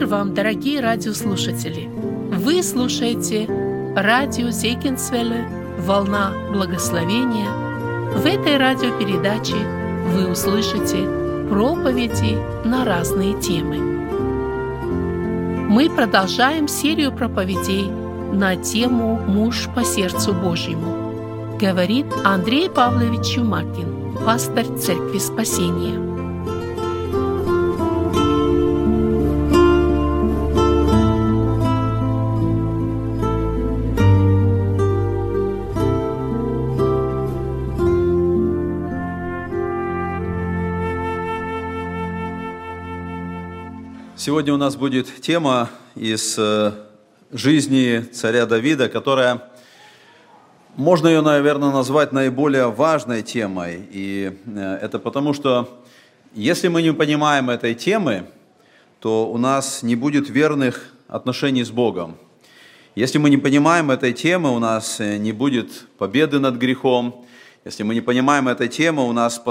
вам, дорогие радиослушатели! Вы слушаете радио Зегенсвелле «Волна благословения». В этой радиопередаче вы услышите проповеди на разные темы. Мы продолжаем серию проповедей на тему «Муж по сердцу Божьему», говорит Андрей Павлович Чумакин, пастор Церкви Спасения. Сегодня у нас будет тема из жизни царя Давида, которая, можно ее, наверное, назвать наиболее важной темой. И это потому, что если мы не понимаем этой темы, то у нас не будет верных отношений с Богом. Если мы не понимаем этой темы, у нас не будет победы над грехом. Если мы не понимаем этой темы, у нас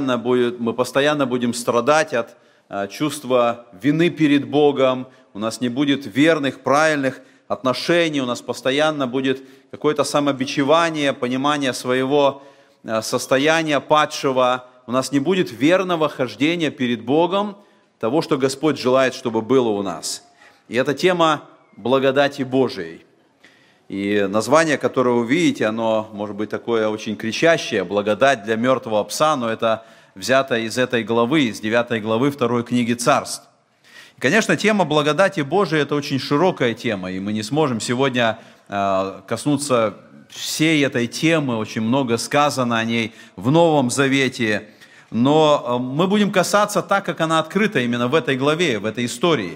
мы постоянно будем страдать от чувство вины перед Богом, у нас не будет верных, правильных отношений, у нас постоянно будет какое-то самобичевание, понимание своего состояния падшего, у нас не будет верного хождения перед Богом, того, что Господь желает, чтобы было у нас. И это тема благодати Божией. И название, которое вы видите, оно может быть такое очень кричащее, благодать для мертвого пса, но это взято из этой главы, из 9 главы 2 книги Царств. И, конечно, тема благодати Божией – это очень широкая тема, и мы не сможем сегодня коснуться всей этой темы, очень много сказано о ней в Новом Завете, но мы будем касаться так, как она открыта именно в этой главе, в этой истории.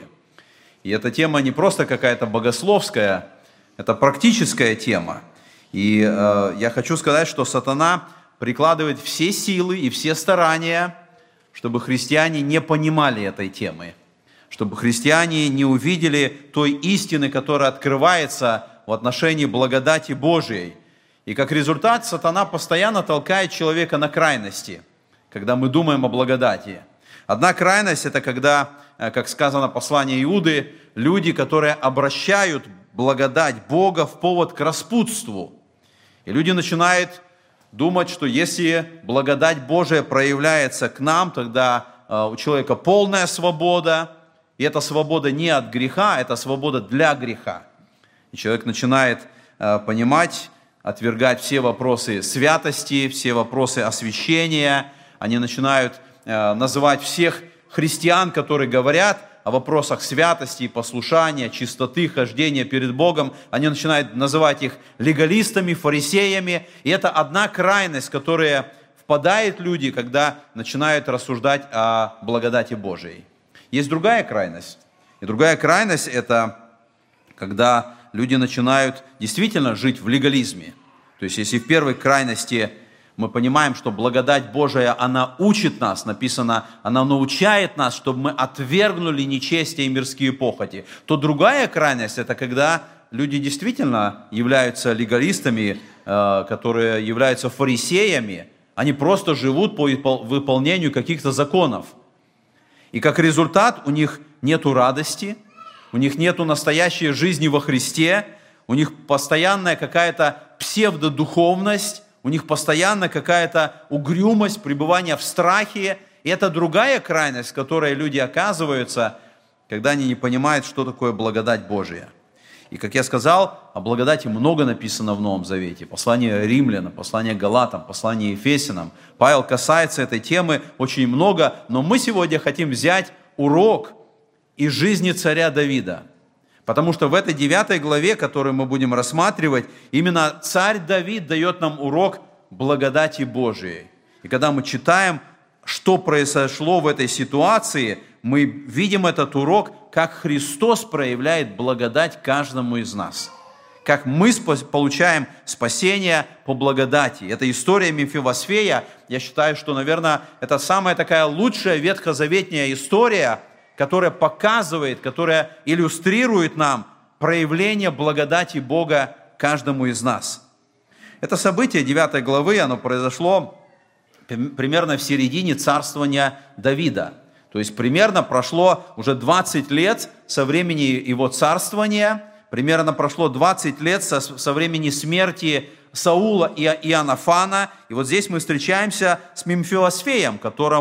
И эта тема не просто какая-то богословская, это практическая тема. И я хочу сказать, что сатана прикладывает все силы и все старания, чтобы христиане не понимали этой темы, чтобы христиане не увидели той истины, которая открывается в отношении благодати Божией. И как результат сатана постоянно толкает человека на крайности, когда мы думаем о благодати. Одна крайность – это когда, как сказано в послании Иуды, люди, которые обращают благодать Бога в повод к распутству. И люди начинают думать, что если благодать Божия проявляется к нам, тогда у человека полная свобода, и эта свобода не от греха, это свобода для греха. И человек начинает понимать, отвергать все вопросы святости, все вопросы освящения, они начинают называть всех христиан, которые говорят о вопросах святости, послушания, чистоты, хождения перед Богом. Они начинают называть их легалистами, фарисеями. И это одна крайность, в которую впадают люди, когда начинают рассуждать о благодати Божией. Есть другая крайность. И другая крайность – это когда люди начинают действительно жить в легализме. То есть, если в первой крайности мы понимаем, что благодать Божия, она учит нас, написано, она научает нас, чтобы мы отвергнули нечестие и мирские похоти, то другая крайность – это когда люди действительно являются легалистами, которые являются фарисеями, они просто живут по выполнению каких-то законов. И как результат у них нету радости, у них нету настоящей жизни во Христе, у них постоянная какая-то псевдодуховность, у них постоянно какая-то угрюмость, пребывание в страхе. И это другая крайность, в которой люди оказываются, когда они не понимают, что такое благодать Божия. И, как я сказал, о благодати много написано в Новом Завете. Послание Римлянам, послание Галатам, послание Ефесянам. Павел касается этой темы очень много, но мы сегодня хотим взять урок из жизни царя Давида. Потому что в этой 9 главе, которую мы будем рассматривать, именно царь Давид дает нам урок благодати Божией. И когда мы читаем, что произошло в этой ситуации, мы видим этот урок, как Христос проявляет благодать каждому из нас. Как мы получаем спасение по благодати. Это история Мефибосфея. Я считаю, что, наверное, это самая такая лучшая ветхозаветная история, которая показывает, которая иллюстрирует нам проявление благодати Бога каждому из нас. Это событие 9 главы, оно произошло примерно в середине царствования Давида. То есть примерно прошло уже 20 лет со времени его царствования, примерно прошло 20 лет со времени смерти Саула и Иоаннафана. И вот здесь мы встречаемся с Мемфилосфеем,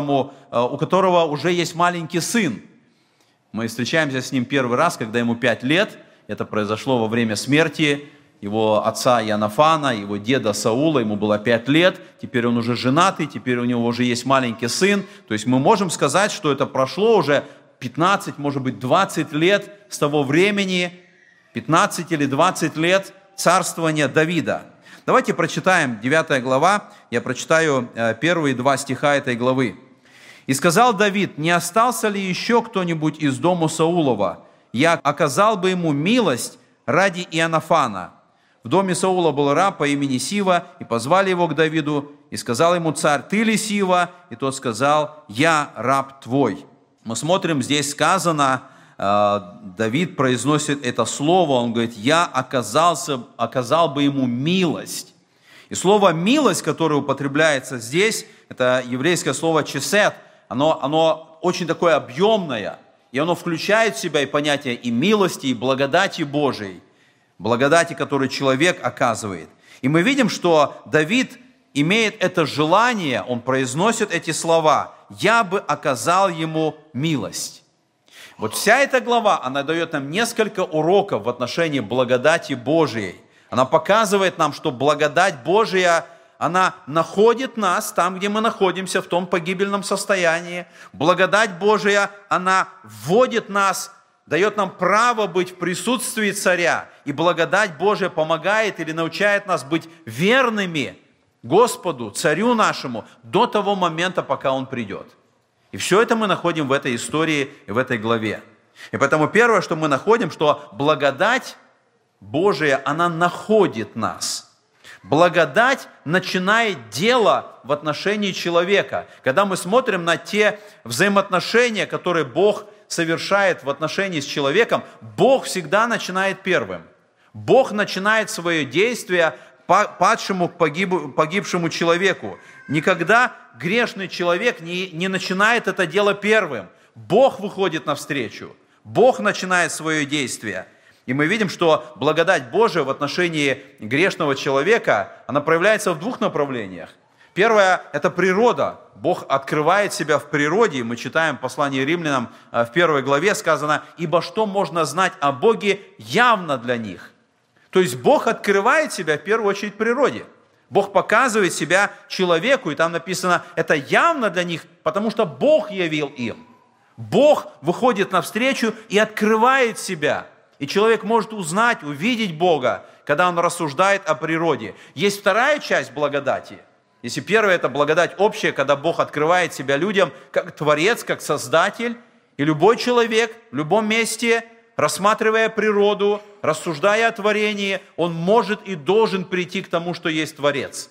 у которого уже есть маленький сын. Мы встречаемся с ним первый раз, когда ему 5 лет. Это произошло во время смерти его отца Иоаннафана, его деда Саула, ему было 5 лет, теперь он уже женатый, теперь у него уже есть маленький сын. То есть мы можем сказать, что это прошло уже 15, может быть 20 лет с того времени, 15 или 20 лет царствования Давида. Давайте прочитаем 9 глава, я прочитаю первые 2 стиха этой главы. «И сказал Давид, не остался ли еще кто-нибудь из дому Саулова? Я оказал бы ему милость ради Иоаннафана. В доме Саула был раб по имени Сива, и позвали его к Давиду, и сказал ему царь, ты ли Сива? И тот сказал, я раб твой». Мы смотрим, здесь сказано, Давид произносит это слово, он говорит, я оказал бы ему милость. И слово «милость», которое употребляется здесь, это еврейское слово «чесет», оно очень такое объемное, и оно включает в себя и понятие и милости, и благодати Божией, благодати, которую человек оказывает. И мы видим, что Давид имеет это желание, он произносит эти слова, «Я бы оказал ему милость». Вот вся эта глава, она дает нам несколько уроков в отношении благодати Божией. Она показывает нам, что благодать Божия, она находит нас там, где мы находимся, в том погибельном состоянии. Благодать Божия, она вводит нас, дает нам право быть в присутствии царя. И благодать Божия помогает или научает нас быть верными Господу, царю нашему, до того момента, пока он придет. И все это мы находим в этой истории и в этой главе. И поэтому первое, что мы находим, что благодать Божия, она находит нас. Благодать начинает дело в отношении человека. Когда мы смотрим на те взаимоотношения, которые Бог совершает в отношении с человеком, Бог всегда начинает первым. Бог начинает свое действие падшему, погибшему человеку. Никогда грешный человек не начинает это дело первым. Бог выходит навстречу. Бог начинает свое действие. И мы видим, что благодать Божия в отношении грешного человека, она проявляется в 2 направлениях. Первое – это природа. Бог открывает себя в природе. Мы читаем послание Римлянам в 1 главе, сказано, «Ибо что можно знать о Боге явно для них». То есть Бог открывает себя в первую очередь в природе. Бог показывает себя человеку, и там написано, это явно для них, потому что Бог явил им. Бог выходит навстречу и открывает себя. И человек может узнать, увидеть Бога, когда он рассуждает о природе. Есть вторая часть благодати. Если первая – это благодать общая, когда Бог открывает себя людям как Творец, как Создатель, и любой человек в любом месте, рассматривая природу, рассуждая о творении, он может и должен прийти к тому, что есть Творец.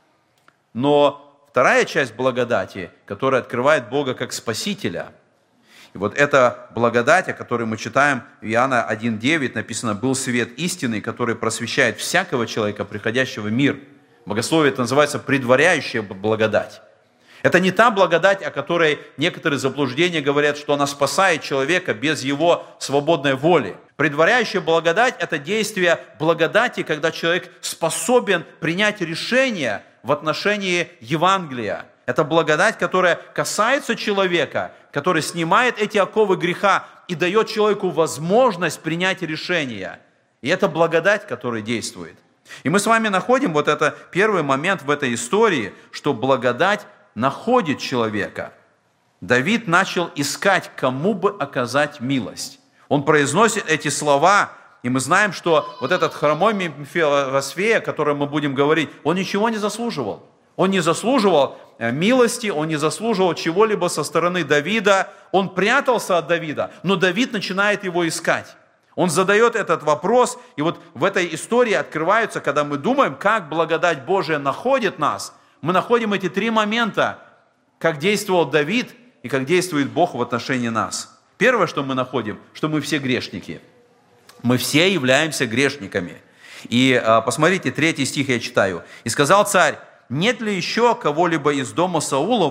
Но вторая часть благодати, которая открывает Бога как Спасителя, и вот эта благодать, о которой мы читаем в Иоанна 1:9, написано, «Был свет истинный, который просвещает всякого человека, приходящего в мир». Богословие это называется предваряющая благодать. Это не та благодать, о которой некоторые заблуждения говорят, что она спасает человека без его свободной воли. Предваряющая благодать – это действие благодати, когда человек способен принять решение в отношении Евангелия. Это благодать, которая касается человека, который снимает эти оковы греха и дает человеку возможность принять решение. И это благодать, которая действует. И мы с вами находим вот это первый момент в этой истории, что благодать находит человека. Давид начал искать, кому бы оказать милость. Он произносит эти слова, и мы знаем, что вот этот хромой Мемфилосфея, о котором мы будем говорить, он ничего не заслуживал. Он не заслуживал милости, он не заслуживал чего-либо со стороны Давида. Он прятался от Давида, но Давид начинает его искать. Он задает этот вопрос, и вот в этой истории открываются, когда мы думаем, как благодать Божия находит нас, мы находим эти 3 момента, как действовал Давид и как действует Бог в отношении нас. Первое, что мы находим, что мы все грешники. Мы все являемся грешниками. И посмотрите, 3 стих я читаю. «И сказал царь, нет ли еще кого-либо из дома Саулова?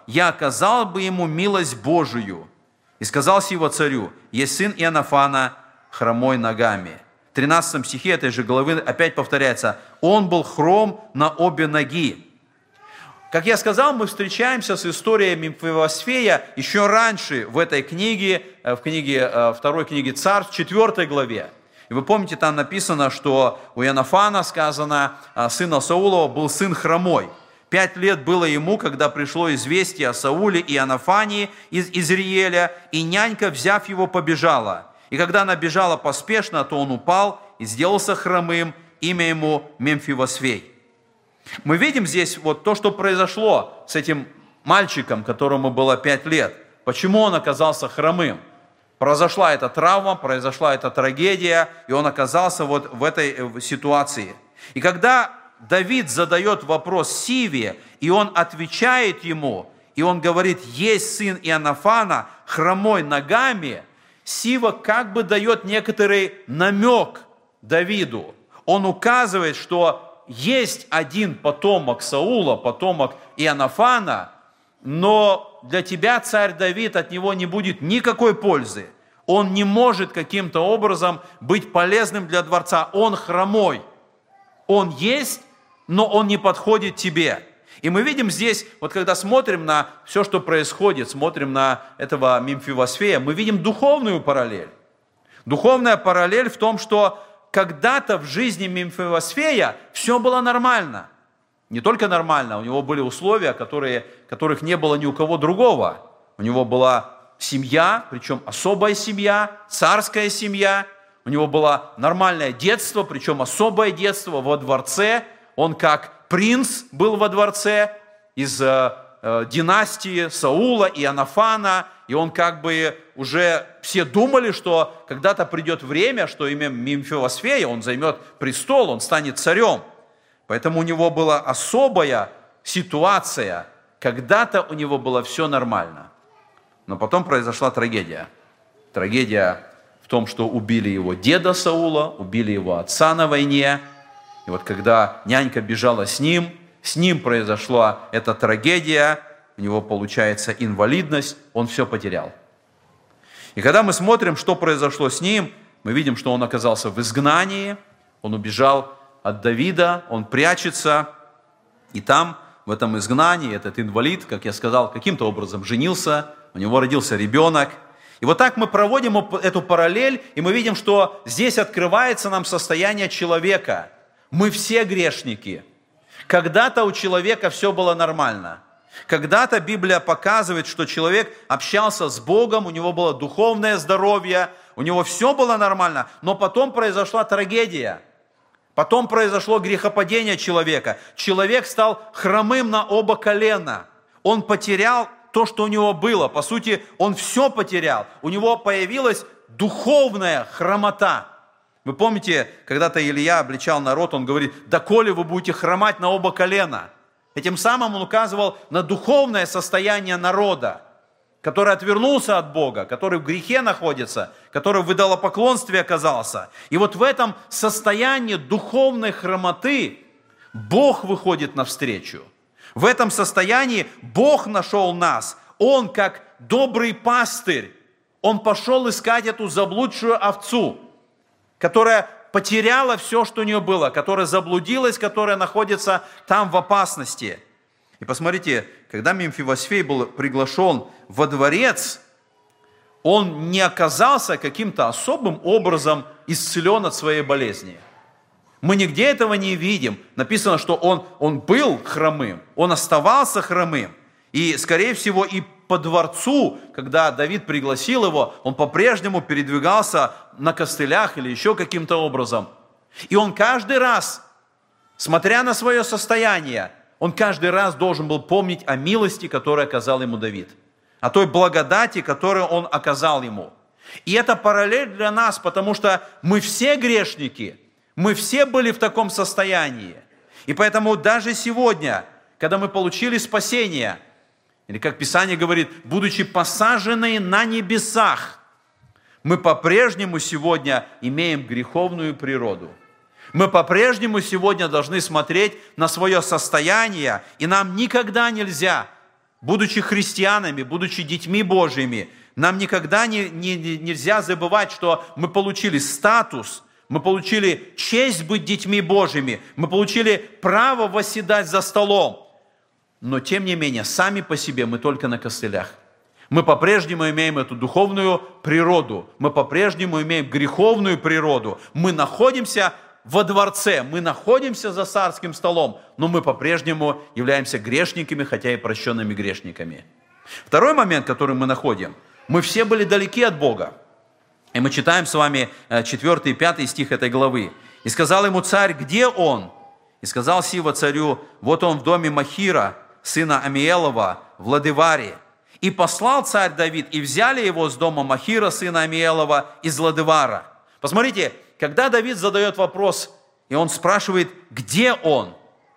я оказал бы ему милость Божию. И сказал Сива царю: есть сын Иоаннафана, хромой ногами. В 13 стихе этой же главы опять повторяется: он был хром на обе ноги. Как я сказал, мы встречаемся с историей Мемфивосфея еще раньше в этой книге, второй книге Царств, 4 главе. И вы помните, там написано, что у Иоаннафана, сказано, сына Саулова, был сын хромой. 5 лет было ему, когда пришло известие о Сауле и Иоаннафане из Изриеля, и нянька, взяв его, побежала. И когда она бежала поспешно, то он упал и сделался хромым, имя ему Мемфивосфей. Мы видим здесь вот то, что произошло с этим мальчиком, которому было 5 лет. Почему он оказался хромым? Произошла эта травма, произошла эта трагедия, и он оказался вот в этой ситуации. И когда Давид задает вопрос Сиве, и он отвечает ему, и он говорит: есть сын Иоаннафана, хромой ногами, Сива как бы дает некоторый намек Давиду. Он указывает, что есть один потомок Саула, потомок Иоаннафана, но для тебя, царь Давид, от него не будет никакой пользы. Он не может каким-то образом быть полезным для дворца. Он хромой. Он есть, но он не подходит тебе. И мы видим здесь, вот когда смотрим на все, что происходит, смотрим на этого Мемфивосфея, мы видим духовную параллель. Духовная параллель в том, что когда-то в жизни Мемфивосфея все было нормально. Не только нормально, у него были условия, которых не было ни у кого другого. У него была семья, причем особая семья, царская семья. У него было нормальное детство, причем особое детство во дворце. Он как принц был во дворце из династии Саула и Иоаннафана. И он как бы уже все думали, что когда-то придет время, что имя Мемфивосфея, он займет престол, он станет царем. Поэтому у него была особая ситуация. Когда-то у него было все нормально. Но потом произошла трагедия. Трагедия в том, что убили его деда Саула, убили его отца на войне. И вот когда нянька бежала с ним произошла эта трагедия, у него получается инвалидность, он все потерял. И когда мы смотрим, что произошло с ним, мы видим, что он оказался в изгнании, он убежал от Давида, он прячется, и там, в этом изгнании, этот инвалид, как я сказал, каким-то образом женился, у него родился ребенок. И вот так мы проводим эту параллель, и мы видим, что здесь открывается нам состояние человека. Мы все грешники. Когда-то у человека все было нормально. Когда-то Библия показывает, что человек общался с Богом, у него было духовное здоровье, у него все было нормально, но потом произошла трагедия. Потом произошло грехопадение человека. Человек стал хромым на оба колена. Он потерял то, что у него было. По сути, он все потерял. У него появилась духовная хромота. Вы помните, когда-то Илья обличал народ, он говорит: доколе вы будете хромать на оба колена. Этим самым он указывал на духовное состояние народа, который отвернулся от Бога, который в грехе находится, который в идолопоклонстве оказался. И вот в этом состоянии духовной хромоты Бог выходит навстречу. В этом состоянии Бог нашел нас. Он, как добрый пастырь, Он пошел искать эту заблудшую овцу, которая потеряла все, что у нее было, которая заблудилась, которая находится там в опасности. И посмотрите, когда Мемфивосфей был приглашен во дворец, он не оказался каким-то особым образом исцелен от своей болезни. Мы нигде этого не видим. Написано, что он был хромым, он оставался хромым. И, скорее всего, и по дворцу, когда Давид пригласил его, он по-прежнему передвигался на костылях или еще каким-то образом. И он каждый раз, смотря на свое состояние, он каждый раз должен был помнить о милости, которую оказал ему Давид, о той благодати, которую он оказал ему. И это параллель для нас, потому что мы все грешники, мы все были в таком состоянии. И поэтому даже сегодня, когда мы получили спасение, или как Писание говорит, будучи посаженные на небесах, мы по-прежнему сегодня имеем греховную природу. Мы по-прежнему сегодня должны смотреть на свое состояние, и нам никогда нельзя будучи христианами, будучи детьми Божьими, нам никогда нельзя забывать, что мы получили статус, мы получили честь быть детьми Божьими, мы получили право восседать за столом. Но, тем не менее, сами по себе мы только на костылях. Мы по-прежнему имеем эту духовную природу, мы по-прежнему имеем греховную природу. Мы находимся во дворце, мы находимся за царским столом, но мы по-прежнему являемся грешниками, хотя и прощенными грешниками. Второй момент, который мы находим, мы все были далеки от Бога. И мы читаем с вами 4 и 5 стих этой главы. «И сказал ему царь, где он? И сказал Сива царю, вот он в доме Махира, сына Амиелова, в Лодеваре. И послал царь Давид, и взяли его с дома Махира, сына Амиелова, из Лодевара». Посмотрите, когда Давид задает вопрос, и он спрашивает, где он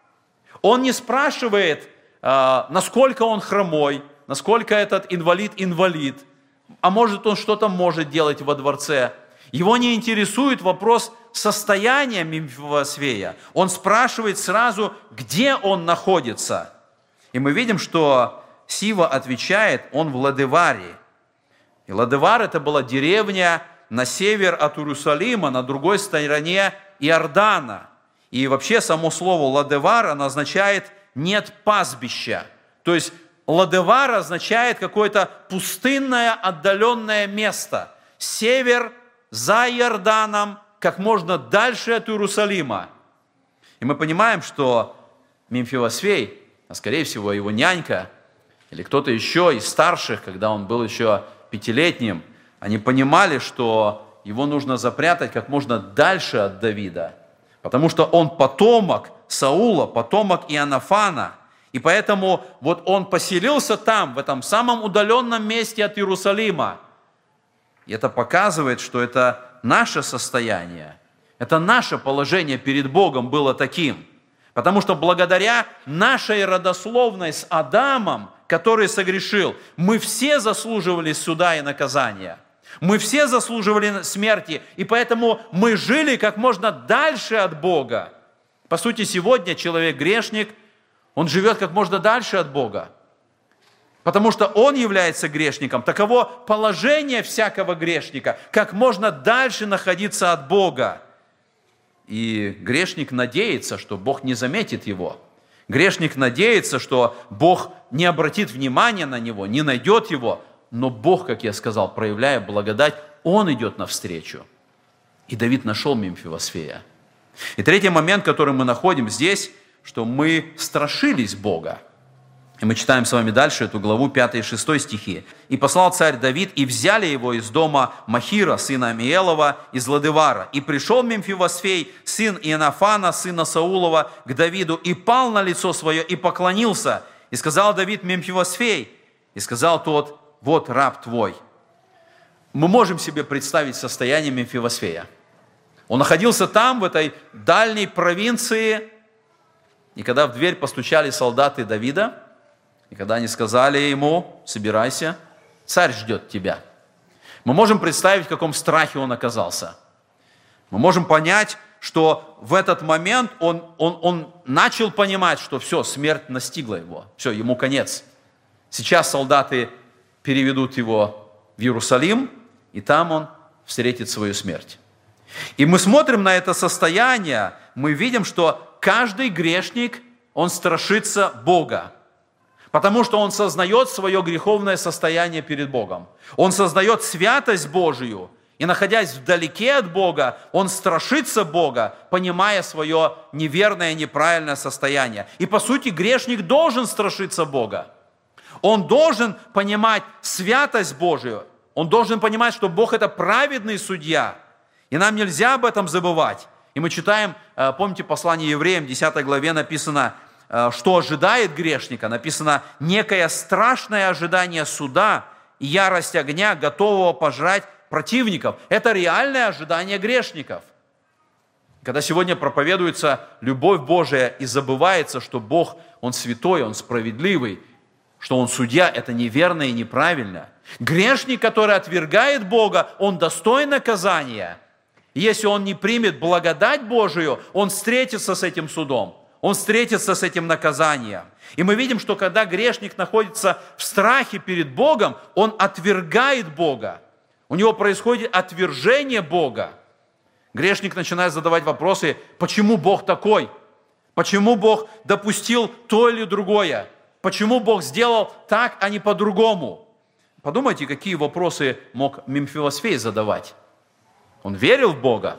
не спрашивает, насколько он хромой, насколько этот инвалид, а может он что-то может делать во дворце. Его не интересует вопрос состояния Мефибосфея. Он спрашивает сразу, где он находится. И мы видим, что Сива отвечает, он в Лодеваре. И Лодевар это была деревня на север от Иерусалима, на другой стороне Иордана. И вообще само слово Лодевар, оно означает «нет пастбища». То есть Лодевар означает какое-то пустынное, отдаленное место. Север за Иорданом, как можно дальше от Иерусалима. И мы понимаем, что Мемфивосфей, а скорее всего его нянька, или кто-то еще из старших, когда он был еще 5-летним, они понимали, что его нужно запрятать как можно дальше от Давида, потому что он потомок Саула, потомок Иоаннафана, и поэтому вот он поселился там, в этом самом удаленном месте от Иерусалима. И это показывает, что это наше состояние, это наше положение перед Богом было таким, потому что благодаря нашей родословной с Адамом, который согрешил, мы все заслуживали суда и наказания. Мы все заслуживали смерти, и поэтому мы жили как можно дальше от Бога. По сути, сегодня человек-грешник, он живет как можно дальше от Бога, потому что он является грешником. Таково положение всякого грешника, как можно дальше находиться от Бога. И грешник надеется, что Бог не заметит его. Грешник надеется, что Бог не обратит внимания на него, не найдет его. Но Бог, как я сказал, проявляя благодать, Он идет навстречу. И Давид нашел Мемфивосфея. И третий момент, который мы находим здесь, что мы страшились Бога. И мы читаем с вами дальше эту главу, 5 и 6 стихи. «И послал царь Давид, и взяли его из дома Махира, сына Амиелова, из Лодевара. И пришел Мемфивосфей, сын Иоаннафана, сына Саулова, к Давиду, и пал на лицо свое, и поклонился. И сказал Давид Мемфивосфей, и сказал тот, вот раб твой». Мы можем себе представить состояние Мемфивосфея. Он находился там, в этой дальней провинции, и когда в дверь постучали солдаты Давида, и когда они сказали ему, собирайся, царь ждет тебя. Мы можем представить, в каком страхе он оказался. Мы можем понять, что в этот момент он начал понимать, что все, смерть настигла его, все, ему конец. Сейчас солдаты переведут его в Иерусалим, и там он встретит свою смерть. И мы смотрим на это состояние, мы видим, что каждый грешник, он страшится Бога, потому что он сознает свое греховное состояние перед Богом. Он сознает святость Божию, и находясь вдалеке от Бога, он страшится Бога, понимая свое неверное, неправильное состояние. И по сути грешник должен страшиться Бога. Он должен понимать святость Божию. Он должен понимать, что Бог это праведный судья. И нам нельзя об этом забывать. И мы читаем, помните, послание Евреям, 10 главе написано, что ожидает грешника. Написано, некое страшное ожидание суда и ярость огня, готового пожрать противников. Это реальное ожидание грешников. Когда сегодня проповедуется любовь Божия и забывается, что Бог, Он святой, Он справедливый, что Он судья, это неверно и неправильно. Грешник, который отвергает Бога, он достоин наказания. Если он не примет благодать Божию, он встретится с этим судом. Он встретится с этим наказанием. И мы видим, что когда грешник находится в страхе перед Богом, он отвергает Бога. У него происходит отвержение Бога. Грешник начинает задавать вопросы, почему Бог такой? Почему Бог допустил то или другое? Почему Бог сделал так, а не по-другому? Подумайте, какие вопросы мог Мемфивосфей задавать. Он верил в Бога.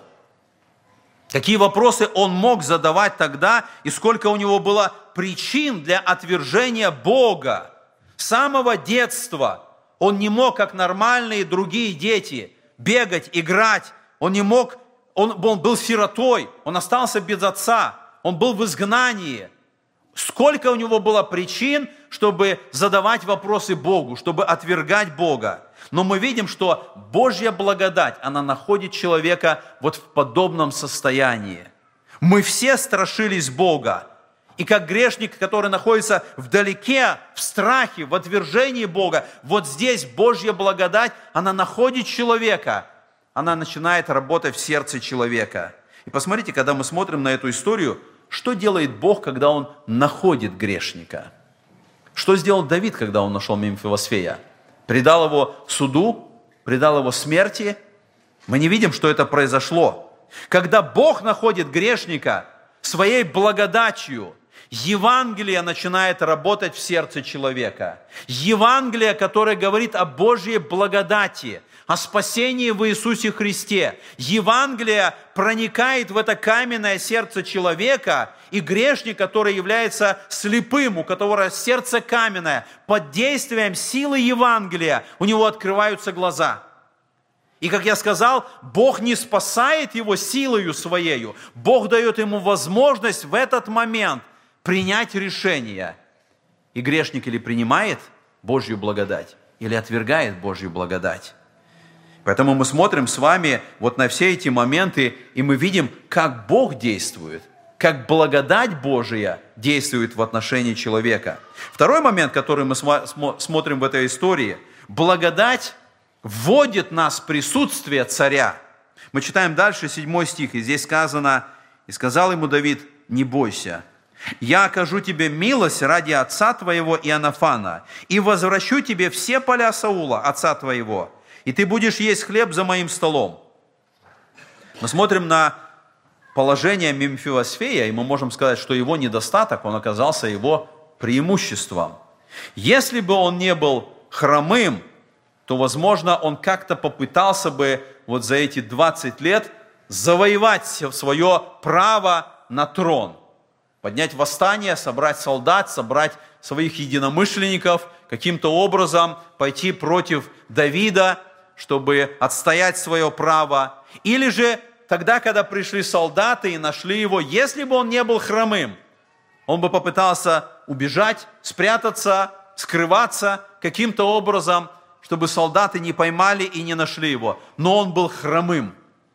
Какие вопросы он мог задавать тогда, и сколько у него было причин для отвержения Бога. С самого детства он не мог, как нормальные другие дети, бегать, играть. Он не мог, он был сиротой, он остался без отца, он был в изгнании. Сколько у него было причин, чтобы задавать вопросы Богу, чтобы отвергать Бога. Но мы видим, что Божья благодать, она находит человека вот в подобном состоянии. Мы все страшились Бога. И как грешник, который находится вдалеке, в страхе, в отвержении Бога, вот здесь Божья благодать, она находит человека, она начинает работать в сердце человека. И посмотрите, когда мы смотрим на эту историю, что делает Бог, когда Он находит грешника? Что сделал Давид, когда он нашел Мемфивосфея? Предал его суду, предал его смерти? Мы не видим, что это произошло. Когда Бог находит грешника своей благодатью, Евангелие начинает работать в сердце человека. Евангелие, которое говорит о Божьей благодати, о спасении в Иисусе Христе. Евангелие проникает в это каменное сердце человека, и грешник, который является слепым, у которого сердце каменное, под действием силы Евангелия у него открываются глаза. И, как я сказал, Бог не спасает его силою своею, Бог дает ему возможность в этот момент принять решение. И грешник или принимает Божью благодать, или отвергает Божью благодать. Поэтому мы смотрим с вами вот на все эти моменты, и мы видим, как Бог действует, как благодать Божия действует в отношении человека. Второй момент, который мы смотрим в этой истории, благодать вводит нас в присутствие царя. Мы читаем дальше 7 стих, и здесь сказано, «И сказал ему Давид, не бойся, я окажу тебе милость ради отца твоего Иоаннафана, и возвращу тебе все поля Саула, отца твоего, и ты будешь есть хлеб за моим столом». Мы смотрим на положение Мемфивосфея, и мы можем сказать, что его недостаток, он оказался его преимуществом. Если бы он не был хромым, то, возможно, он как-то попытался бы вот за эти 20 лет завоевать свое право на трон. Поднять восстание, собрать солдат, собрать своих единомышленников, каким-то образом пойти против Давида, чтобы отстоять свое право. Или же тогда, когда пришли солдаты и нашли его, если бы он не был хромым, он бы попытался убежать, спрятаться, скрываться каким-то образом, чтобы солдаты не поймали и не нашли его. Но он был хромым.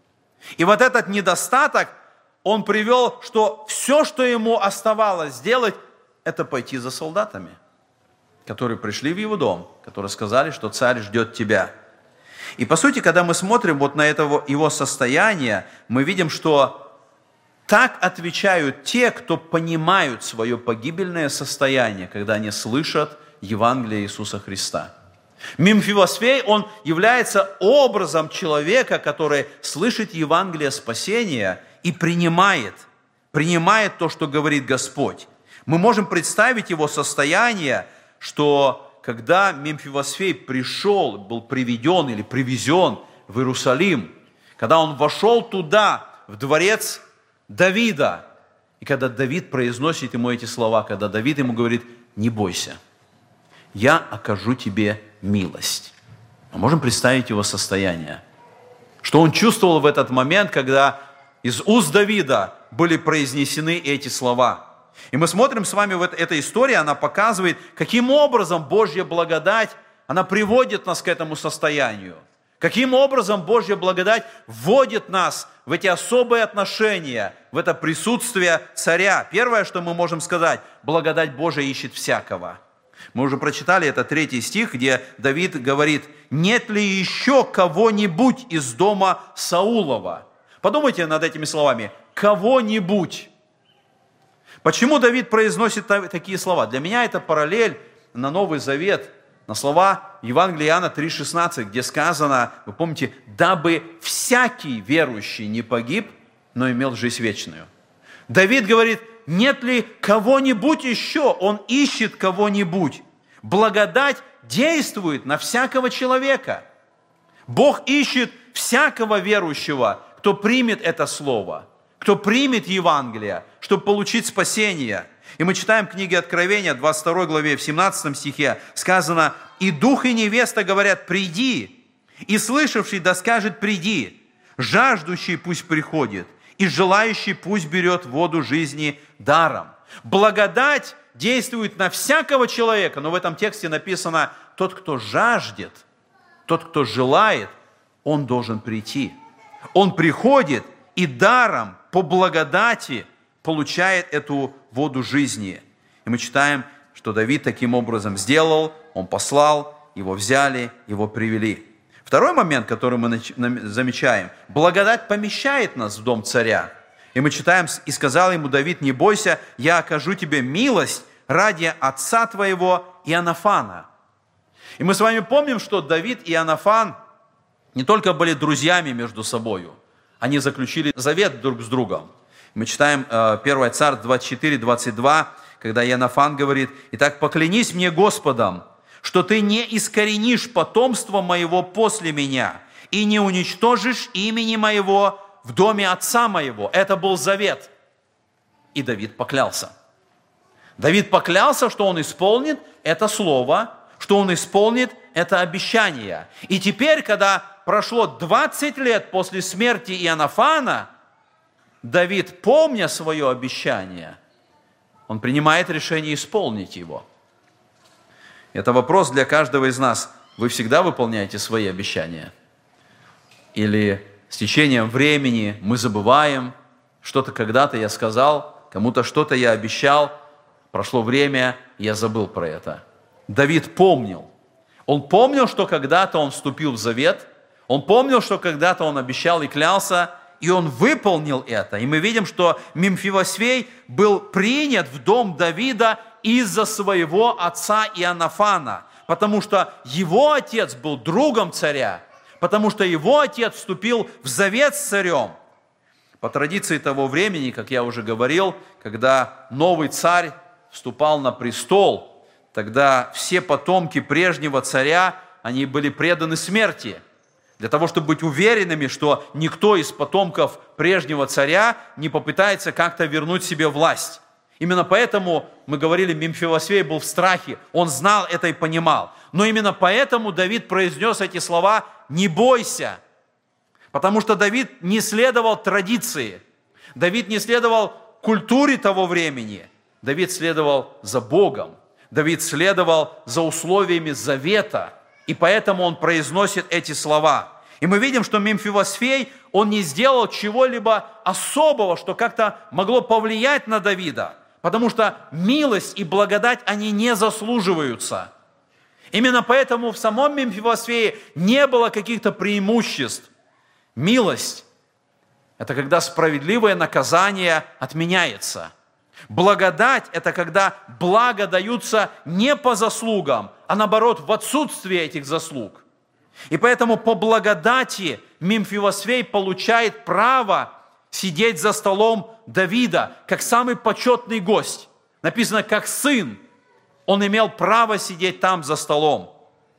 И вот этот недостаток, он привел, что все, что ему оставалось сделать, это пойти за солдатами, которые пришли в его дом, которые сказали, что царь ждет тебя. И по сути, когда мы смотрим вот на это его состояние, мы видим, что так отвечают те, кто понимают свое погибельное состояние, когда они слышат Евангелие Иисуса Христа. Мемфивосфей, он является образом человека, который слышит Евангелие спасения и принимает то, что говорит Господь. Мы можем представить его состояние, что когда Мемфивосфей пришел, был приведен или привезен в Иерусалим, когда он вошел туда, в дворец Давида, и когда Давид произносит ему эти слова, когда Давид ему говорит, не бойся, я окажу тебе милость. Мы можем представить его состояние. Что он чувствовал в этот момент, когда из уст Давида были произнесены эти слова. И мы смотрим с вами, вот эта история, она показывает, каким образом Божья благодать, она приводит нас к этому состоянию. Каким образом Божья благодать вводит нас в эти особые отношения, в это присутствие царя. Первое, что мы можем сказать, благодать Божия ищет всякого. Мы уже прочитали, это 3 стих, где Давид говорит, нет ли еще кого-нибудь из дома Саулова? Подумайте над этими словами, кого-нибудь. Почему Давид произносит такие слова? Для меня это параллель на Новый Завет, на слова Евангелия Иоанна 3,16, где сказано, вы помните, «дабы всякий верующий не погиб, но имел жизнь вечную». Давид говорит, нет ли кого-нибудь еще? Он ищет кого-нибудь. Благодать действует на всякого человека. Бог ищет всякого верующего, кто примет это слово, кто примет Евангелие, чтобы получить спасение. И мы читаем в книге Откровения, 22 главе, в 17 стихе, сказано, «И дух и невеста говорят, приди, и слышавший да скажет, приди, жаждущий пусть приходит, и желающий пусть берет воду жизни даром». Благодать действует на всякого человека, но в этом тексте написано, тот, кто жаждет, тот, кто желает, он должен прийти. Он приходит и даром, по благодати, получает эту воду жизни. И мы читаем, что Давид таким образом сделал, он послал, его взяли, его привели. Второй момент, который мы замечаем, благодать помещает нас в дом царя. И мы читаем, «И сказал ему Давид, не бойся, я окажу тебе милость ради отца твоего Иоаннафана». И мы с вами помним, что Давид и Иоаннафан не только были друзьями между собою, они заключили завет друг с другом. Мы читаем 1 Царь 24-22, когда Иоаннафан говорит, «Итак, поклянись мне Господом, что ты не искоренишь потомство моего после меня и не уничтожишь имени моего в доме отца моего». Это был завет. И Давид поклялся. Давид поклялся, что он исполнит это слово, что он исполнит это обещание. И теперь, когда прошло 20 лет после смерти Иоаннафана, Давид, помня свое обещание, он принимает решение исполнить его. Это вопрос для каждого из нас. Вы всегда выполняете свои обещания? Или с течением времени мы забываем, что-то когда-то я сказал, кому-то что-то я обещал, прошло время, я забыл про это. Давид помнил. Он помнил, что когда-то он вступил в завет, он помнил, что когда-то он обещал и клялся, и он выполнил это. И мы видим, что Мемфивосфей был принят в дом Давида из-за своего отца Иоаннафана, потому что его отец был другом царя, потому что его отец вступил в завет с царем. По традиции того времени, как я уже говорил, когда новый царь вступал на престол, тогда все потомки прежнего царя, они были преданы смерти. Для того, чтобы быть уверенными, что никто из потомков прежнего царя не попытается как-то вернуть себе власть. Именно поэтому, мы говорили, Мемфивосфей был в страхе, он знал это и понимал. Но именно поэтому Давид произнес эти слова «не бойся», потому что Давид не следовал традиции, Давид не следовал культуре того времени, Давид следовал за Богом, Давид следовал за условиями завета, и поэтому он произносит эти слова. И мы видим, что Мемфивосфей, он не сделал чего-либо особого, что как-то могло повлиять на Давида, потому что милость и благодать, они не заслуживаются. Именно поэтому в самом Мемфивосфее не было каких-то преимуществ. Милость – это когда справедливое наказание отменяется. Благодать – это когда блага даются не по заслугам, а наоборот, в отсутствие этих заслуг. И поэтому по благодати Мемфивосфей получает право сидеть за столом Давида, как самый почетный гость. Написано, как сын. Он имел право сидеть там за столом.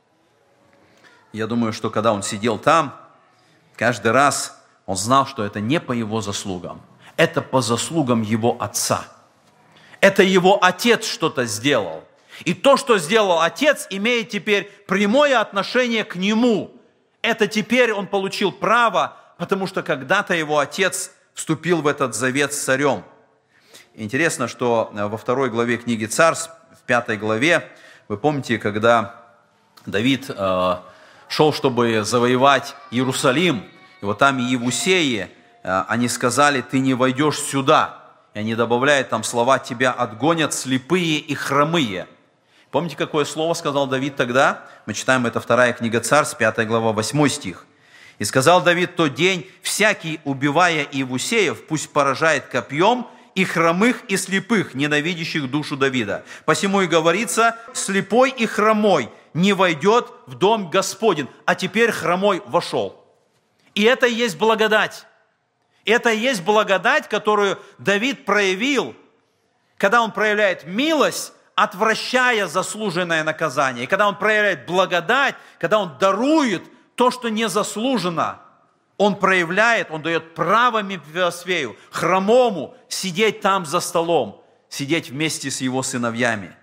Я думаю, что когда он сидел там, каждый раз он знал, что это не по его заслугам. Это по заслугам его отца. Это его отец что-то сделал. И то, что сделал отец, имеет теперь прямое отношение к нему. Это теперь он получил право, потому что когда-то его отец вступил в этот завет с царем. Интересно, что во 2 главе книги Царств, в 5 главе, вы помните, когда Давид шел, чтобы завоевать Иерусалим, и вот там Иевусеи, они сказали, ты не войдешь сюда. И они добавляют там слова, тебя отгонят слепые и хромые. Помните, какое слово сказал Давид тогда? Мы читаем, это 2 книга Царств, 5 глава, 8 стих. «И сказал Давид в тот день, всякий, убивая Иевусеев, пусть поражает копьем и хромых, и слепых, ненавидящих душу Давида. Посему и говорится, слепой и хромой не войдет в дом Господень, а теперь хромой вошел. И это и есть благодать. Это и есть благодать, которую Давид проявил, когда он проявляет милость, отвращая заслуженное наказание. И когда он проявляет благодать, когда он дарует то, что не заслужено, он проявляет, он дает право Мефивосфею, хромому, сидеть там за столом, сидеть вместе с его сыновьями.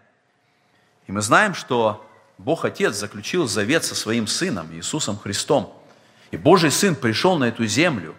И мы знаем, что Бог Отец заключил завет со своим Сыном, Иисусом Христом. И Божий Сын пришел на эту землю,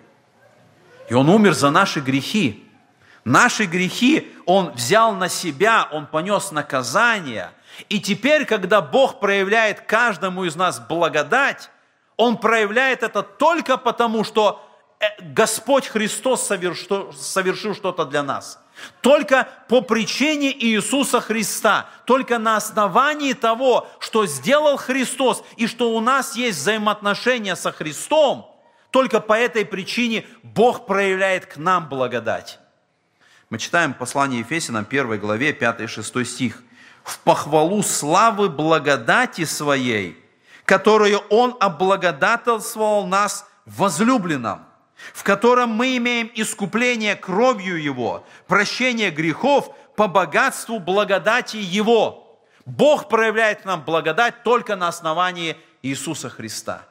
и Он умер за наши грехи. Наши грехи Он взял на себя, Он понес наказание. И теперь, когда Бог проявляет каждому из нас благодать, Он проявляет это только потому, что Господь Христос совершил что-то для нас. Только по причине Иисуса Христа, только на основании того, что сделал Христос, и что у нас есть взаимоотношения со Христом, только по этой причине Бог проявляет к нам благодать. Мы читаем послание Ефесянам 1 главе 5-6 стих. «В похвалу славы благодати Своей, которую Он облагодательствовал нас в возлюбленном, в котором мы имеем искупление кровью Его, прощение грехов по богатству благодати Его». Бог проявляет нам благодать только на основании Иисуса Христа.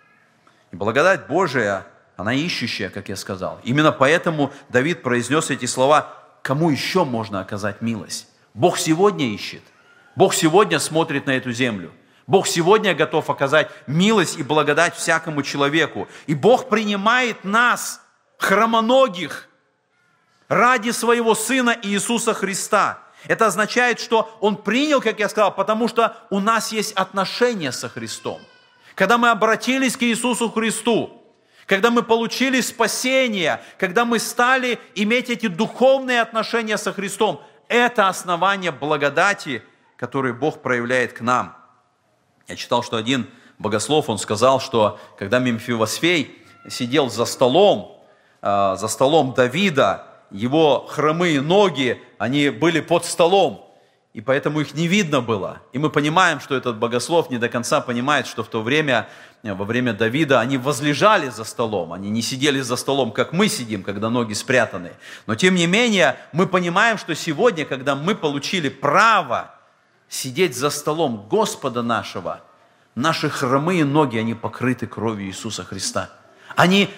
И благодать Божия, она ищущая, как я сказал. Именно поэтому Давид произнес эти слова: «Кому еще можно оказать милость?» Бог сегодня ищет. Бог сегодня смотрит на эту землю. Бог сегодня готов оказать милость и благодать всякому человеку. И Бог принимает нас, хромоногих, ради своего Сына Иисуса Христа. Это означает, что Он принял, как я сказал, потому что у нас есть отношения со Христом. Когда мы обратились к Иисусу Христу, когда мы получили спасение, когда мы стали иметь эти духовные отношения со Христом, это основание благодати, которое Бог проявляет к нам. Я читал, что один богослов, он сказал, что когда Мемфивосфей сидел за столом Давида, его хромые ноги, они были под столом, и поэтому их не видно было. И мы понимаем, что этот богослов не до конца понимает, что в то время, во время Давида, они возлежали за столом, они не сидели за столом, как мы сидим, когда ноги спрятаны. Но тем не менее, мы понимаем, что сегодня, когда мы получили право сидеть за столом Господа нашего, наши хромые ноги, они покрыты кровью Иисуса Христа. Они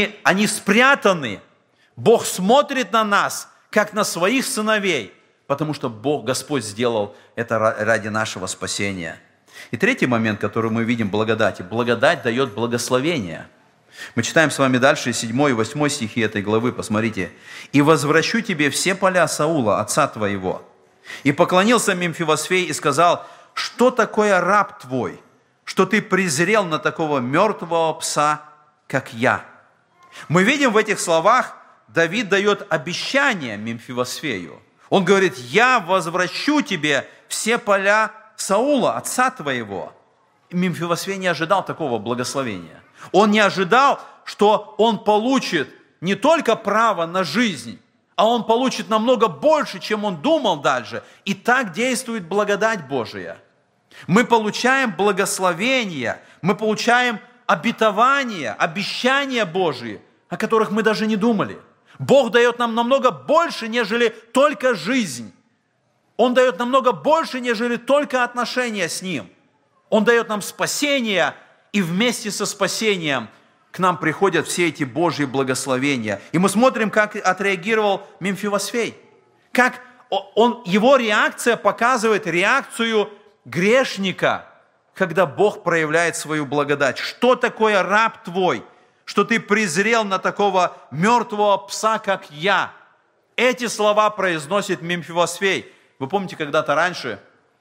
спрятаны. Бог смотрит на нас, как на своих сыновей, потому что Господь сделал это ради нашего спасения. И третий момент, который мы видим в благодати. Благодать дает благословение. Мы читаем с вами дальше 7 и 8 стихи этой главы, посмотрите. «И возвращу тебе все поля Саула, отца твоего». И поклонился Мемфивосфей и сказал: «Что такое раб твой, что ты презрел на такого мертвого пса, как я?» Мы видим в этих словах, Давид дает обещание Мемфивосфею. Он говорит: «Я возвращу тебе все поля Саула, отца твоего». И Мемфивосфей не ожидал такого благословения. Он не ожидал, что он получит не только право на жизнь, а он получит намного больше, чем он думал дальше. И так действует благодать Божия. Мы получаем благословение, мы получаем обетования, обещания Божии, о которых мы даже не думали. Бог дает нам намного больше, нежели только жизнь. Он дает намного больше, нежели только отношения с Ним. Он дает нам спасение, и вместе со спасением к нам приходят все эти Божьи благословения. И мы смотрим, как отреагировал Мемфивосфей. Как его реакция показывает реакцию грешника, когда Бог проявляет свою благодать. «Что такое раб твой, что ты презрел на такого мертвого пса, как я?» Эти слова произносит Мемфивосфей. Вы помните, когда-то раньше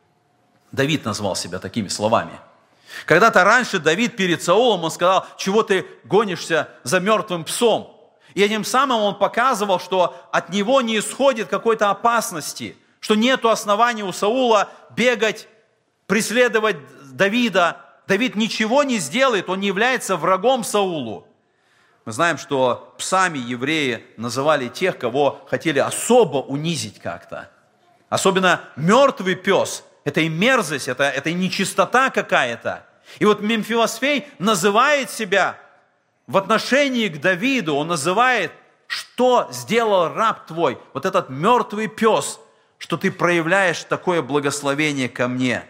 Давид назвал себя такими словами. Когда-то раньше Давид перед Саулом, он сказал: «Чего ты гонишься за мертвым псом?» И этим самым он показывал, что от него не исходит какой-то опасности, что нету оснований у Саула бегать, преследовать Давида. Давид ничего не сделает, он не является врагом Саулу. Мы знаем, что псами евреи называли тех, кого хотели особо унизить как-то. Особенно мертвый пес. Это и мерзость, это и нечистота какая-то. И вот Мемфивосфей называет себя в отношении к Давиду, он называет, что сделал раб твой, вот этот мертвый пес, что ты проявляешь такое благословение ко мне.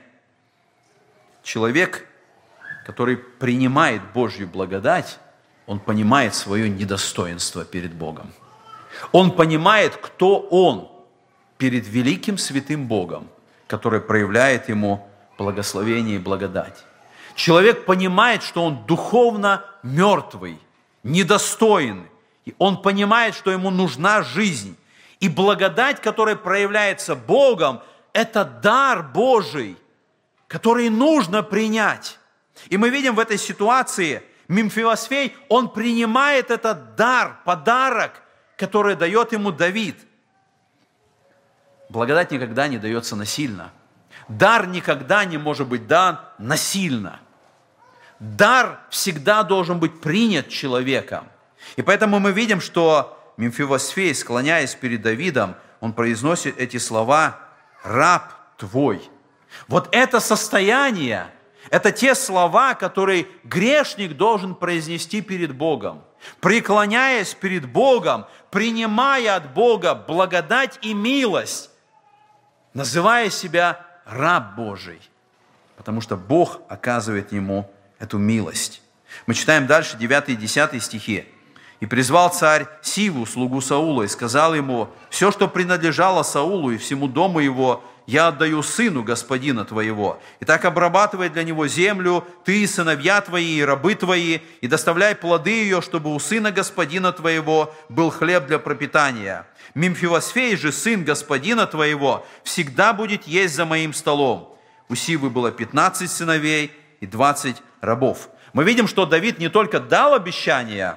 Человек, который принимает Божью благодать, он понимает свое недостоинство перед Богом. Он понимает, кто он перед великим святым Богом, который проявляет ему благословение и благодать. Человек понимает, что он духовно мертвый, недостойный. И он понимает, что ему нужна жизнь. И благодать, которая проявляется Богом, это дар Божий, который нужно принять. И мы видим в этой ситуации, Мемфивосфей, он принимает этот дар, подарок, который дает ему Давид. Благодать никогда не дается насильно. Дар никогда не может быть дан насильно. Дар всегда должен быть принят человеком. И поэтому мы видим, что Мемфивосфей, склоняясь перед Давидом, он произносит эти слова «раб твой». Вот это состояние, это те слова, которые грешник должен произнести перед Богом, преклоняясь перед Богом, принимая от Бога благодать и милость, называя себя раб Божий, потому что Бог оказывает ему эту милость. Мы читаем дальше 9 и 10 стихи. «И призвал царь Сиву, слугу Саула, и сказал ему: все, что принадлежало Саулу и всему дому его, я отдаю сыну господина твоего. Итак, обрабатывай для него землю, ты и сыновья твои, и рабы твои, и доставляй плоды ее, чтобы у сына господина твоего был хлеб для пропитания. Мемфивосфей же, сын господина твоего, всегда будет есть за моим столом». У Сивы было 15 сыновей и 20 рабов. Мы видим, что Давид не только дал обещание,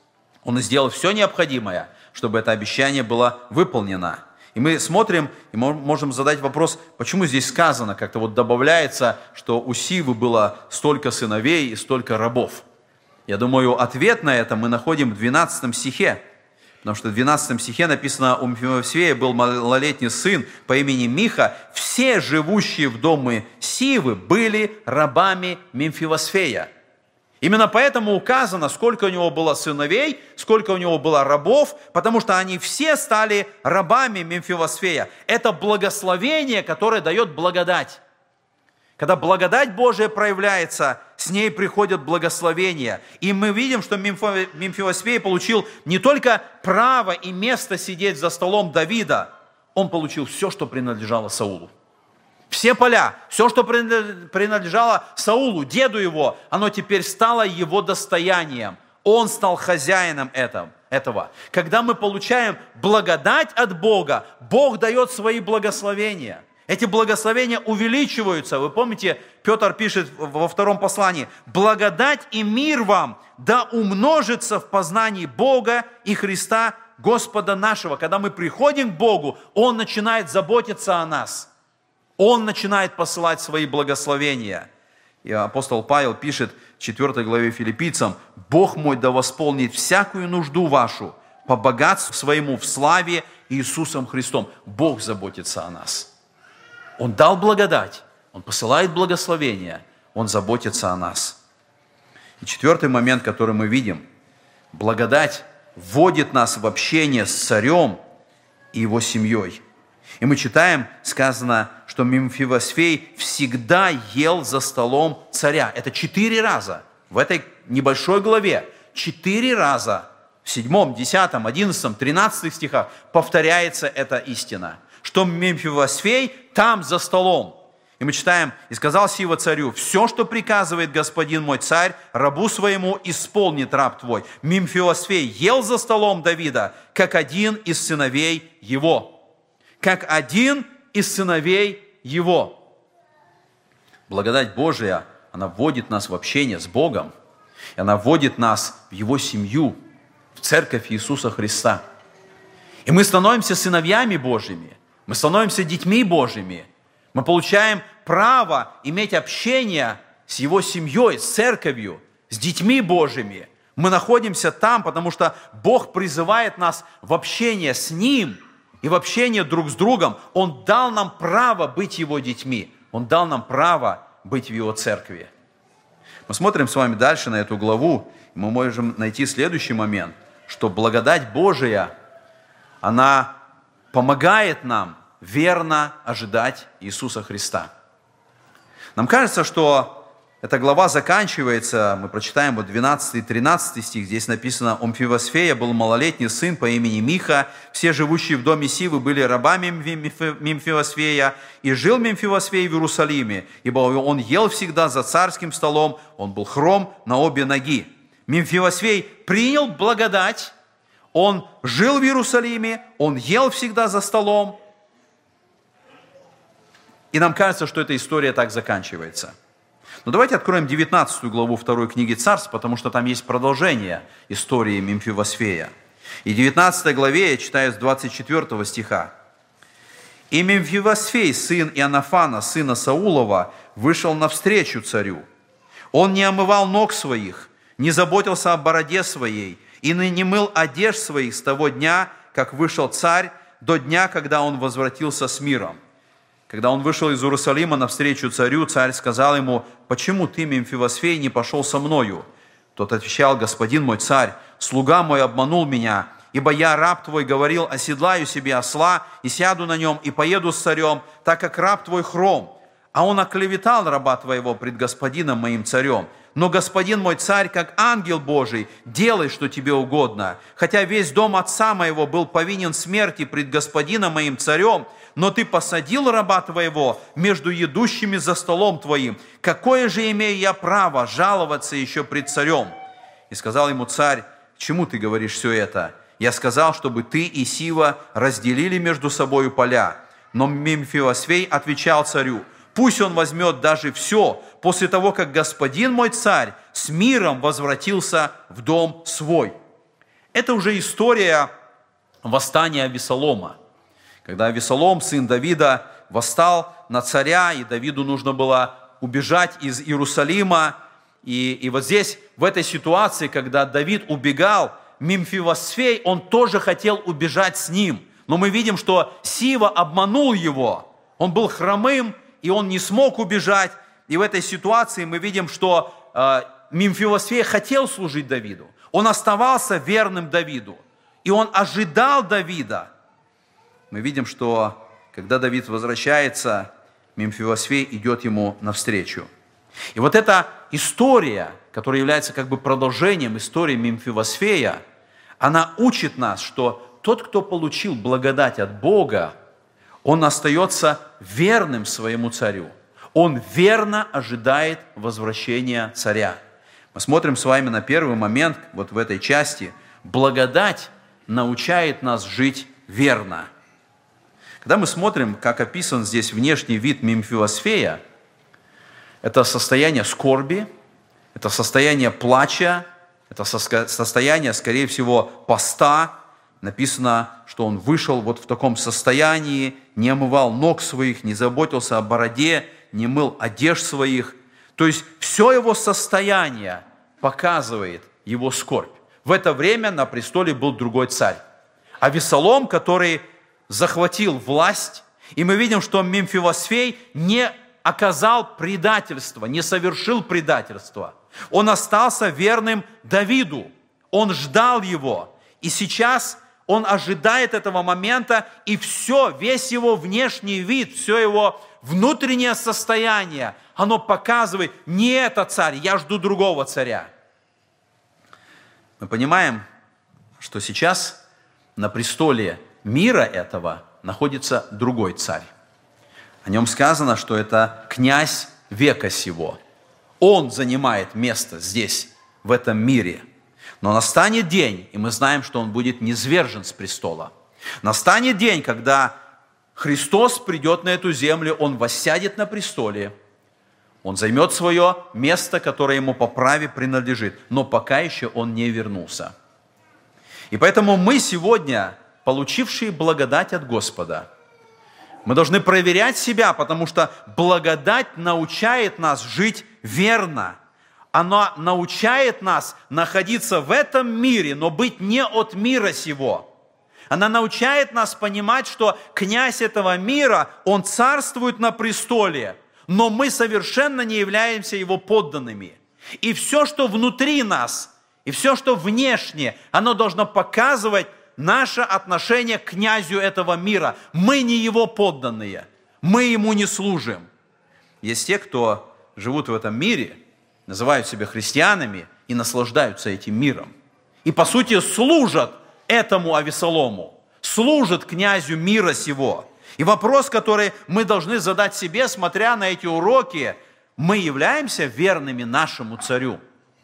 он сделал все необходимое, чтобы это обещание было выполнено. И мы смотрим и можем задать вопрос, почему здесь сказано, как-то вот добавляется, что у Сивы было столько сыновей и столько рабов. Я думаю, ответ на это мы находим в 12 стихе. Потому что в 12 стихе написано: у Мемфивосфея был малолетний сын по имени Миха. Все живущие в доме Сивы были рабами Мемфивосфея. Именно поэтому указано, сколько у него было сыновей, сколько у него было рабов, потому что они все стали рабами Мемфивосфея. Это благословение, которое дает благодать. Когда благодать Божия проявляется, с ней приходят благословения. И мы видим, что Мемфивосфей получил не только право и место сидеть за столом Давида, он получил все, что принадлежало Саулу. Все поля, все, что принадлежало Саулу, деду его, оно теперь стало его достоянием. Он стал хозяином этого. Когда мы получаем благодать от Бога, Бог дает свои благословения. Эти благословения увеличиваются. Вы помните, Петр пишет во втором послании: «Благодать и мир вам да умножится в познании Бога и Христа Господа нашего». Когда мы приходим к Богу, Он начинает заботиться о нас. Он начинает посылать свои благословения. И апостол Павел пишет в 4 главе Филиппийцам: «Бог мой да восполнит всякую нужду вашу по богатству своему в славе Иисусом Христом». Бог заботится о нас. Он дал благодать, Он посылает благословения, Он заботится о нас. И 4 момент, который мы видим: благодать вводит нас в общение с царем и его семьей. И мы читаем, сказано, что Мемфивосфей всегда ел за столом царя. Это 4 раза в этой небольшой главе. 4 раза в 7, 10, 11, 13 стихах повторяется эта истина, что Мемфивосфей там за столом. И мы читаем: «И сказал Сива царю: все, что приказывает господин мой царь, рабу своему исполнит раб твой». Мемфивосфей ел за столом Давида, как один из сыновей его. Как один из сыновей его. Благодать Божия, она вводит нас в общение с Богом, и она вводит нас в Его семью, в церковь Иисуса Христа. И мы становимся сыновьями Божьими, мы становимся детьми Божьими, мы получаем право иметь общение с Его семьей, с церковью, с детьми Божьими. Мы находимся там, потому что Бог призывает нас в общение с Ним и в общение друг с другом. Он дал нам право быть Его детьми. Он дал нам право быть в Его церкви. Мы смотрим с вами дальше на эту главу, и мы можем найти следующий момент, что благодать Божия, она помогает нам верно ожидать Иисуса Христа. Нам кажется, что эта глава заканчивается, мы прочитаем вот 12 и 13 стих, здесь написано: «У Мемфивосфея был малолетний сын по имени Миха, все живущие в доме Сивы были рабами Мемфивосфея, и жил Мемфивосфей в Иерусалиме, ибо он ел всегда за царским столом, он был хром на обе ноги». Мемфивосфей принял благодать, он жил в Иерусалиме, он ел всегда за столом, и нам кажется, что эта история так заканчивается. Но давайте откроем 19 главу 2 книги Царств, потому что там есть продолжение истории Мемфивосфея. И в 19 главе я читаю с 24 стиха. «И Мемфивосфей, сын Иоаннафана, сына Саулова, вышел навстречу царю. Он не омывал ног своих, не заботился о бороде своей, и не мыл одежд своих с того дня, как вышел царь, до дня, когда он возвратился с миром. Когда он вышел из Иерусалима навстречу царю, царь сказал ему: «Почему ты, Мемфивосфей, не пошел со мною?» Тот отвечал: «Господин мой царь, слуга мой обманул меня, ибо я, раб твой, говорил: оседлаю себе осла и сяду на нем и поеду с царем, так как раб твой хром. А он оклеветал раба твоего пред господином моим царем. Но господин мой царь, как ангел Божий, делай, что тебе угодно. Хотя весь дом отца моего был повинен смерти пред господином моим царем, но ты посадил раба твоего между едущими за столом твоим. Какое же имею я право жаловаться еще пред царем?» И сказал ему царь: «К чему ты говоришь все это? Я сказал, чтобы ты и Сива разделили между собою поля». Но Мемфивосфей отвечал царю: «Пусть он возьмет даже все, после того, как господин мой царь с миром возвратился в дом свой». Это уже история восстания Авессалома. Когда Авессалом, сын Давида, восстал на царя, и Давиду нужно было убежать из Иерусалима. И вот здесь, в этой ситуации, когда Давид убегал, Мемфивосфей, он тоже хотел убежать с ним. Но мы видим, что Сива обманул его. Он был хромым, и он не смог убежать. И в этой ситуации мы видим, что Мемфивосфей хотел служить Давиду. Он оставался верным Давиду. И он ожидал Давида. Мы видим, что когда Давид возвращается, Мемфивосфей идет ему навстречу. И вот эта история, которая является как бы продолжением истории Мемфивосфея, она учит нас, что тот, кто получил благодать от Бога, он остается верным своему царю. Он верно ожидает возвращения царя. Мы смотрим с вами на первый момент вот в этой части. Благодать научает нас жить верно. Когда мы смотрим, как описан здесь внешний вид Мемфивосфея, это состояние скорби, это состояние плача, это состояние, скорее всего, поста. Написано, что он вышел вот в таком состоянии, не омывал ног своих, не заботился о бороде, не мыл одежд своих. То есть все его состояние показывает его скорбь. В это время на престоле был другой царь. Авессалом, который захватил власть, и мы видим, что Мемфивосфей не оказал предательства, не совершил предательства. Он остался верным Давиду, он ждал его, и сейчас он ожидает этого момента, и весь его внешний вид, все его внутреннее состояние, оно показывает: не этот царь, я жду другого царя. Мы понимаем, что сейчас на престоле мира этого находится другой царь. О нем сказано, что это князь века сего. Он занимает место здесь, в этом мире. Но настанет день, и мы знаем, что он будет низвержен с престола. Настанет день, когда Христос придет на эту землю, он воссядет на престоле, он займет свое место, которое ему по праве принадлежит, но пока еще он не вернулся. И поэтому мы сегодня, получившие благодать от Господа, мы должны проверять себя, потому что благодать научает нас жить верно, она научает нас находиться в этом мире, но быть не от мира сего. Она научает нас понимать, что князь этого мира, он царствует на престоле, но мы совершенно не являемся его подданными. И все, что внутри нас, и все, что внешне, оно должно показывать наше отношение к князю этого мира. Мы не его подданные, мы ему не служим. Есть те, кто живут в этом мире, называют себя христианами и наслаждаются этим миром. И по сути служат этому Авесолому, служат князю мира сего. И вопрос, который мы должны задать себе, смотря на эти уроки, мы являемся верными нашему царю,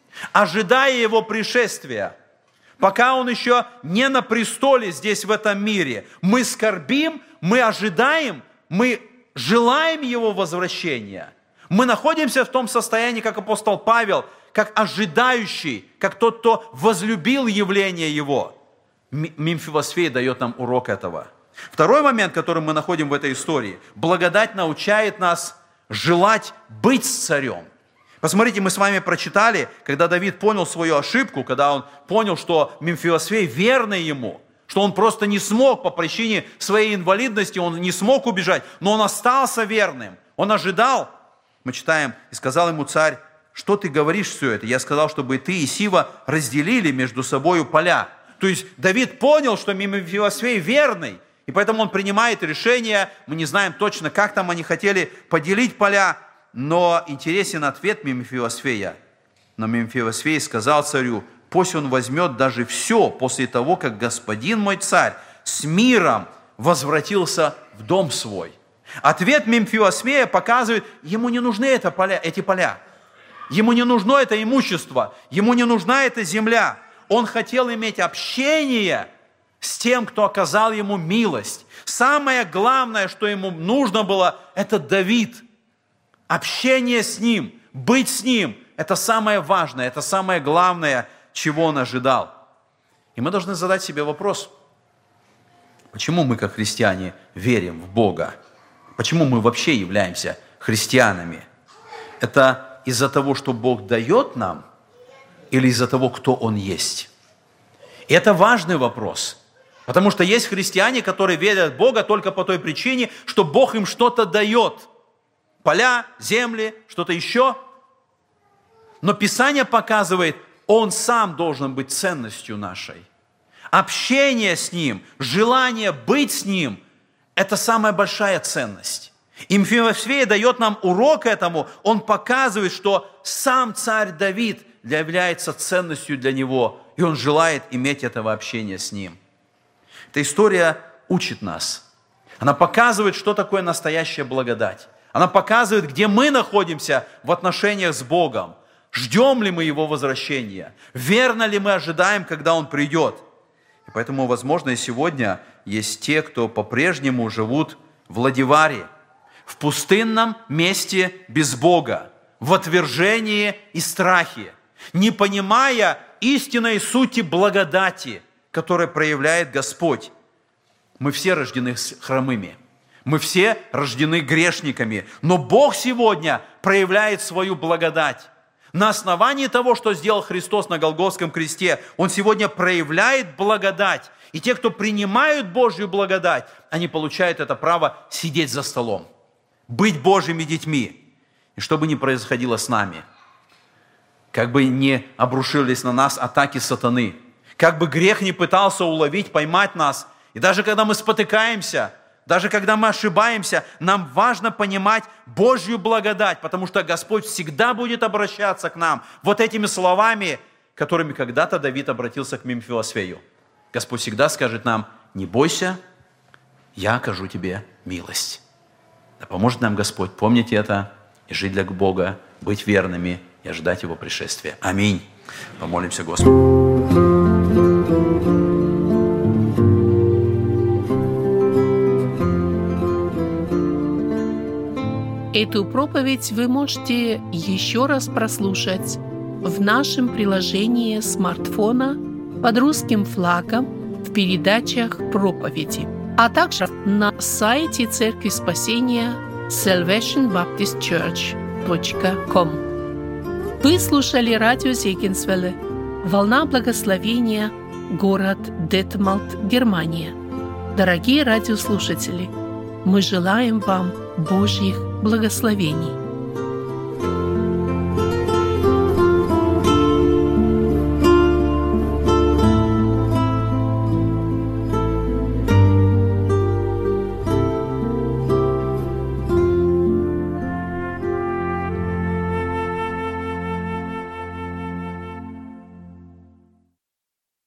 ожидая его пришествия, пока он еще не на престоле здесь в этом мире. Мы скорбим, мы ожидаем, мы желаем его возвращения. Мы находимся в том состоянии, как апостол Павел, как ожидающий, как тот, кто возлюбил явление его. Мемфивосфей дает нам урок этого. Второй момент, который мы находим в этой истории. Благодать научает нас желать быть с царем. Посмотрите, мы с вами прочитали, когда Давид понял свою ошибку, когда он понял, что Мемфивосфей верный ему, что он просто не смог по причине своей инвалидности, он не смог убежать, но он остался верным. Он ожидал. Мы читаем, и сказал ему царь: что ты говоришь все это? Я сказал, чтобы ты и Сива разделили между собою поля. То есть Давид понял, что Мемфивосфей верный, и поэтому он принимает решение. Мы не знаем точно, как там они хотели поделить поля, но интересен ответ Мемфивосфея. Но Мемфивосфей сказал царю: пусть он возьмет даже все после того, как господин мой царь с миром возвратился в дом свой. Ответ Мемфивосфея показывает, ему не нужны эти поля. Ему не нужно это имущество, ему не нужна эта земля. Он хотел иметь общение с тем, кто оказал ему милость. Самое главное, что ему нужно было, это Давид. Общение с ним, быть с ним, это самое важное, это самое главное, чего он ожидал. И мы должны задать себе вопрос, почему мы, как христиане, верим в Бога? Почему мы вообще являемся христианами? Это из-за того, что Бог дает нам, или из-за того, кто Он есть? И это важный вопрос. Потому что есть христиане, которые верят в Бога только по той причине, что Бог им что-то дает. Поля, земли, что-то еще. Но Писание показывает, Он сам должен быть ценностью нашей. Общение с Ним, желание быть с Ним – это самая большая ценность. И Мемфивосфей дает нам урок этому. Он показывает, что сам царь Давид является ценностью для него, и он желает иметь этого общения с Ним. Эта история учит нас. Она показывает, что такое настоящая благодать. Она показывает, где мы находимся в отношениях с Богом. Ждем ли мы Его возвращения? Верно ли мы ожидаем, когда Он придет? И поэтому, возможно, и сегодня есть те, кто по-прежнему живут в Ладиваре, в пустынном месте без Бога, в отвержении и страхе, не понимая истинной сути благодати, которую проявляет Господь. Мы все рождены хромыми, мы все рождены грешниками, но Бог сегодня проявляет свою благодать. На основании того, что сделал Христос на Голгофском кресте, Он сегодня проявляет благодать. И те, кто принимают Божью благодать, они получают это право сидеть за столом, быть Божьими детьми. И что бы ни происходило с нами, как бы ни обрушились на нас атаки сатаны, как бы грех не пытался уловить, поймать нас, и даже когда мы спотыкаемся, даже когда мы ошибаемся, нам важно понимать Божью благодать, потому что Господь всегда будет обращаться к нам вот этими словами, которыми когда-то Давид обратился к Мемфивосфею. Господь всегда скажет нам: не бойся, я окажу тебе милость. Да поможет нам Господь помнить это и жить для Бога, быть верными и ожидать Его пришествия. Аминь. Помолимся Господу. Эту проповедь вы можете еще раз прослушать в нашем приложении смартфона под русским флагом в передачах проповеди, а также на сайте Церкви Спасения salvationbaptistchurch.com. Вы слушали радио Зегенсвелле, «Волна благословения», город Детмалт, Германия. Дорогие радиослушатели, мы желаем вам Божьих благословений.